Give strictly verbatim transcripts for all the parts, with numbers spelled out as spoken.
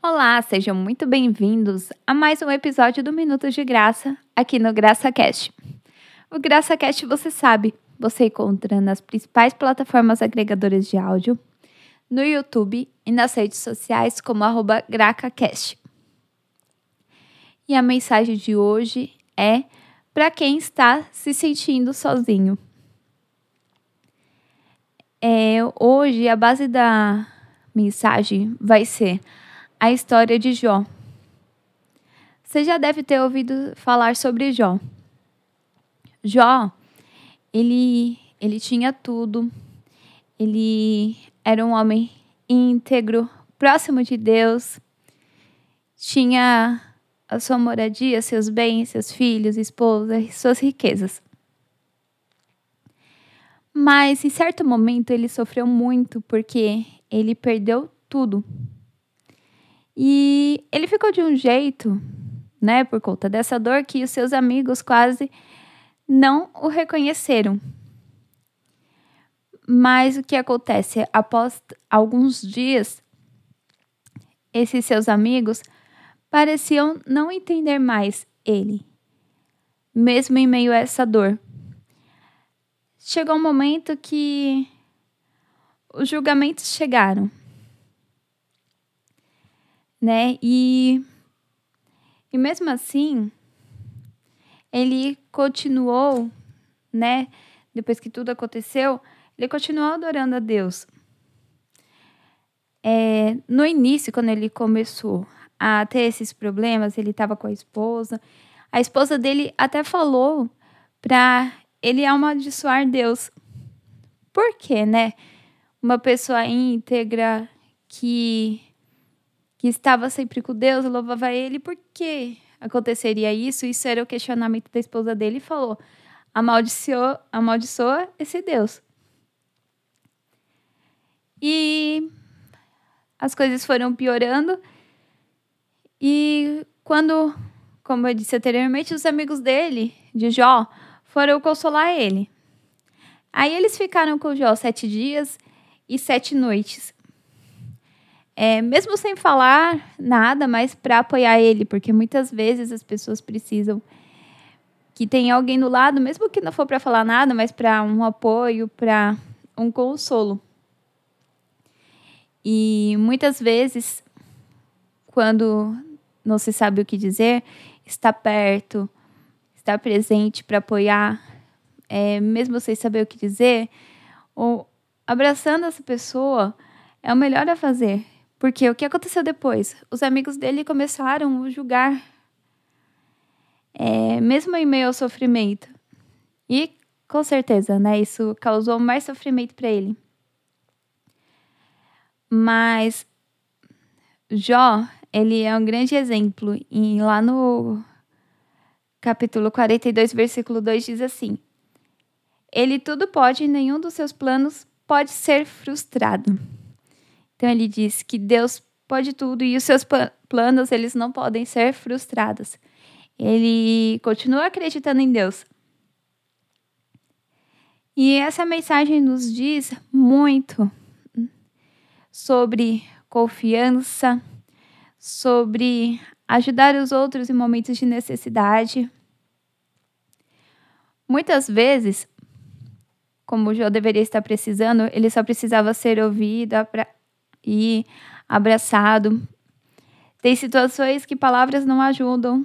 Olá, sejam muito bem-vindos a mais um episódio do Minutos de Graça aqui no GraçaCast. O GraçaCast, você sabe, você encontra nas principais plataformas agregadoras de áudio, no YouTube e nas redes sociais como arroba GracaCast. E a mensagem de hoje é para quem está se sentindo sozinho. É, hoje a base da mensagem vai ser a história de Jó. Você já deve ter ouvido falar sobre Jó. Jó, ele, ele tinha tudo. Ele era um homem íntegro, próximo de Deus. Tinha a sua moradia, seus bens, seus filhos, esposa e suas riquezas. Mas, em certo momento, ele sofreu muito porque ele perdeu tudo. E ele ficou de um jeito, né, por conta dessa dor, que os seus amigos quase não o reconheceram. Mas o que acontece? Após alguns dias, esses seus amigos pareciam não entender mais ele, mesmo em meio a essa dor. Chegou um momento que os julgamentos chegaram, né? E, e mesmo assim, ele continuou, né? Depois que tudo aconteceu, ele continuou adorando a Deus. É, no início, quando ele começou a ter esses problemas, ele estava com a esposa. A esposa dele até falou para ele amaldiçoar Deus. Por quê, né? Uma pessoa íntegra que, que estava sempre com Deus, louvava ele, por que aconteceria isso? Isso era o questionamento da esposa dele e falou: amaldiçoa, amaldiçoa esse Deus. E as coisas foram piorando. E quando, como eu disse anteriormente, os amigos dele, de Jó, foram consolar ele. Aí eles ficaram com Jó sete dias e sete noites. É, mesmo sem falar nada, mas para apoiar ele, porque muitas vezes as pessoas precisam que tenha alguém do lado, mesmo que não for para falar nada, mas para um apoio, para um consolo. E muitas vezes, quando não se sabe o que dizer, estar perto, estar presente para apoiar, é, mesmo sem saber o que dizer, ou abraçando essa pessoa, é o melhor a fazer. Porque o que aconteceu depois? Os amigos dele começaram a julgar, é, mesmo em meio ao sofrimento. E, com certeza, né, isso causou mais sofrimento para ele. Mas Jó, ele é um grande exemplo. E lá no capítulo quarenta e dois, versículo dois, diz assim: ele tudo pode e nenhum dos seus planos pode ser frustrado. Então ele diz que Deus pode tudo e os seus planos, eles não podem ser frustrados. Ele continua acreditando em Deus. E essa mensagem nos diz muito sobre confiança, sobre ajudar os outros em momentos de necessidade. Muitas vezes, como o Jó deveria estar precisando, ele só precisava ser ouvido e abraçado. Tem situações que palavras não ajudam,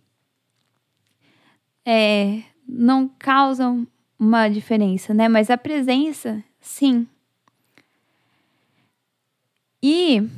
é, não causam uma diferença, né? Mas a presença, sim. E,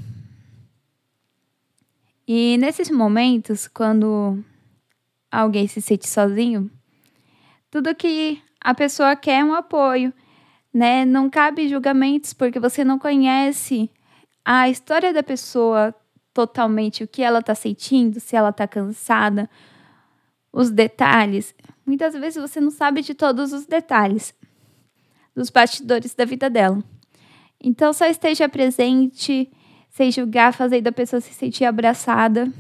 e nesses momentos, quando alguém se sente sozinho, tudo que a pessoa quer é um apoio, né? Não cabe julgamentos, porque você não conhece a história da pessoa totalmente, o que ela está sentindo, se ela está cansada, os detalhes. Muitas vezes você não sabe de todos os detalhes dos bastidores da vida dela. Então, só esteja presente, sem julgar, fazendo a pessoa se sentir abraçada.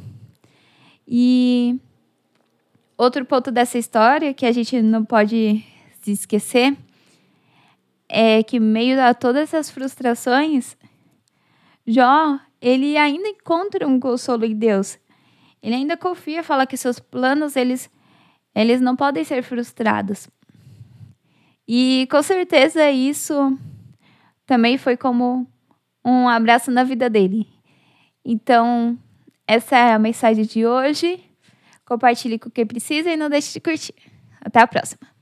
E outro ponto dessa história, que a gente não pode se esquecer, é que, em meio a todas essas frustrações, Jó, ele ainda encontra um consolo em Deus. Ele ainda confia, fala que seus planos, eles, eles não podem ser frustrados. E com certeza isso também foi como um abraço na vida dele. Então, essa é a mensagem de hoje. Compartilhe com quem precisa e não deixe de curtir. Até a próxima.